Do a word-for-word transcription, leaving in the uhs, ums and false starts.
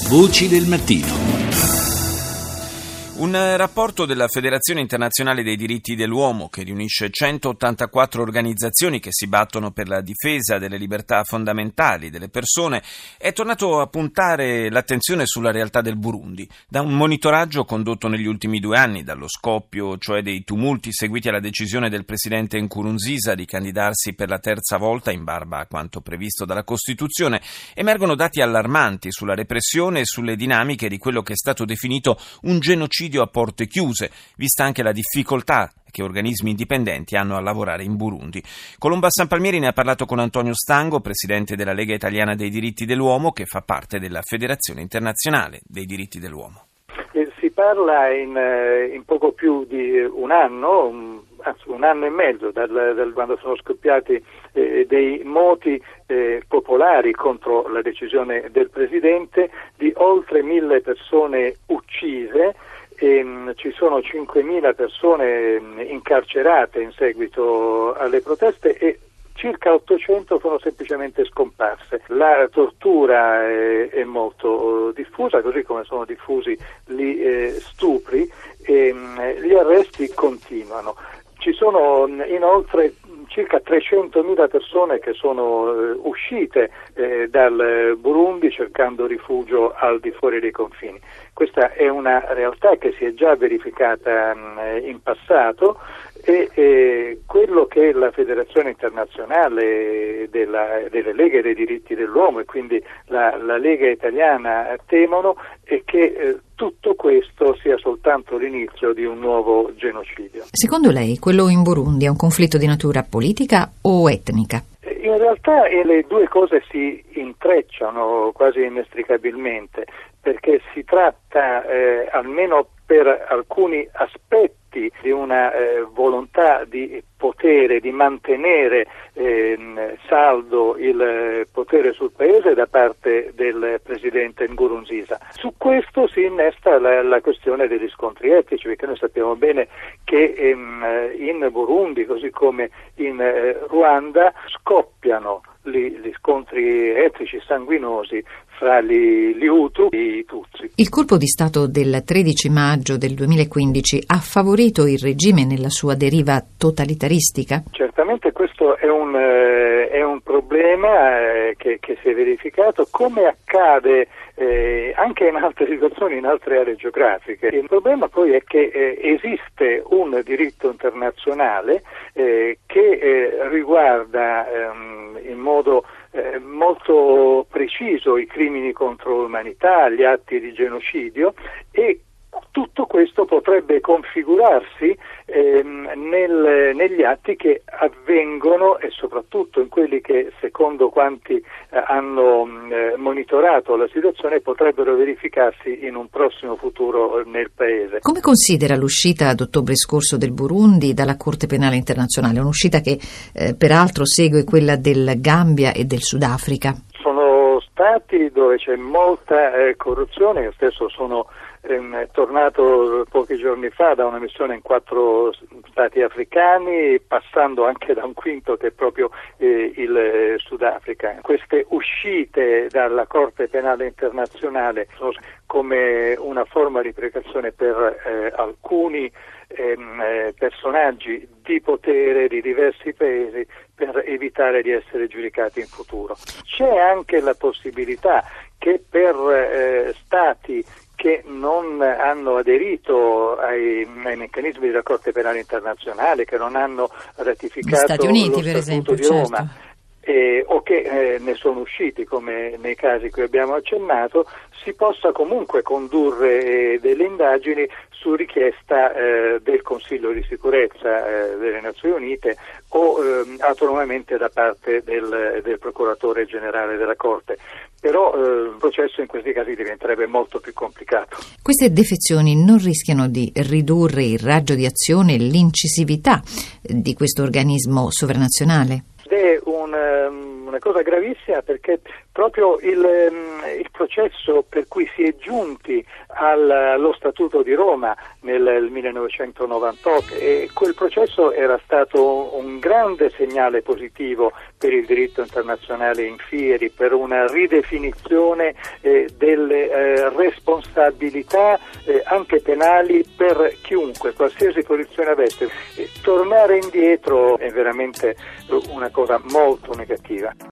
Voci del mattino. Un rapporto della Federazione Internazionale dei Diritti dell'Uomo, che riunisce centottantaquattro organizzazioni che si battono per la difesa delle libertà fondamentali delle persone, è tornato a puntare l'attenzione sulla realtà del Burundi. Da un monitoraggio condotto negli ultimi due anni, dallo scoppio, cioè dei tumulti seguiti alla decisione del presidente Nkurunziza di candidarsi per la terza volta in barba a quanto previsto dalla Costituzione, emergono dati allarmanti sulla repressione e sulle dinamiche di quello che è stato definito un genocidio a porte chiuse, vista anche la difficoltà che organismi indipendenti hanno a lavorare in Burundi. Colomba Sanpalmieri ne ha parlato con Antonio Stango, presidente della Lega Italiana dei Diritti dell'Uomo, che fa parte della Federazione Internazionale dei Diritti dell'Uomo. Si parla in, in poco più di un anno, anzi un anno e mezzo dal, dal quando sono scoppiati eh, dei moti eh, popolari contro la decisione del Presidente, di oltre mille persone uccise. E, mh, ci sono cinquemila persone mh, incarcerate in seguito alle proteste e circa ottocento sono semplicemente scomparse. La tortura è, è molto diffusa, così come sono diffusi gli eh, stupri e mh, gli arresti continuano. Ci sono mh, inoltre circa trecentomila persone che sono eh, uscite eh, dal Burundi cercando rifugio al di fuori dei confini. Questa è una realtà che si è già verificata mh, in passato e, e quello che la Federazione Internazionale della, delle Leghe dei Diritti dell'Uomo e quindi la, la Lega Italiana temono è che eh, tutto questo sia soltanto l'inizio di un nuovo genocidio. Secondo lei quello in Burundi è un conflitto di natura politica o etnica? In realtà eh, le due cose si intrecciano quasi inestricabilmente, perché si tratta eh, almeno per alcuni aspetti di una eh, volontà di potere, di mantenere eh, saldo il eh, potere sul paese da parte del presidente Nkurunziza. Su questo si innesta la, la questione degli scontri etnici, perché noi sappiamo bene che ehm, in Burundi, così come in eh, Ruanda, scoppiano gli, gli scontri etnici sanguinosi fra gli, gli Hutu e i Tutsi. Il colpo di Stato del tredici maggio del duemilaquindici ha favorito il regime nella sua deriva totalitaristica? Certamente questo è un, eh, è un problema eh, che, che si è verificato, come accade eh, anche in altre situazioni, in altre aree geografiche. Il problema poi è che eh, esiste un diritto internazionale eh, che eh, riguarda ehm, in modo Eh, molto preciso i crimini contro l'umanità, gli atti di genocidio, e tutto questo potrebbe configurarsi ehm, nel, negli atti che avvengono e soprattutto in quelli che, secondo quanti eh, hanno eh, monitorato la situazione, potrebbero verificarsi in un prossimo futuro nel paese. Come considera l'uscita ad ottobre scorso del Burundi dalla Corte Penale Internazionale? Un'uscita che eh, peraltro segue quella del Gambia e del Sudafrica. Sono stati dove c'è molta eh, corruzione. Io stesso sono ehm, tornato pochi giorni fa da una missione in quattro stati africani, passando anche da un quinto che è proprio eh, il eh, Sudafrica. Queste uscite dalla Corte Penale Internazionale sono come una forma di precauzione per eh, alcuni ehm, eh, personaggi di potere di diversi paesi per evitare di essere giudicati in futuro. C'è anche la possibilità che per eh, stati che non hanno aderito ai, ai meccanismi della Corte Penale Internazionale, che non hanno ratificato gli Stati Uniti, lo per Statuto esempio, di Roma, certo. Eh, o che eh, ne sono usciti, come nei casi cui abbiamo accennato, si possa comunque condurre eh, delle indagini su richiesta eh, del Consiglio di sicurezza eh, delle Nazioni Unite o eh, autonomamente da parte del, del Procuratore Generale della Corte. Però eh, il processo in questi casi diventerebbe molto più complicato. Queste defezioni non rischiano di ridurre il raggio di azione e l'incisività di questo organismo sovranazionale? È un, um, una una cosa gravissima, perché proprio il, il processo per cui si è giunti al, allo Statuto di Roma nel millenovecentonovantotto, e quel processo era stato un grande segnale positivo per il diritto internazionale in fieri, per una ridefinizione eh, delle eh, responsabilità eh, anche penali per chiunque, qualsiasi posizione avesse. E tornare indietro è veramente una cosa molto negativa.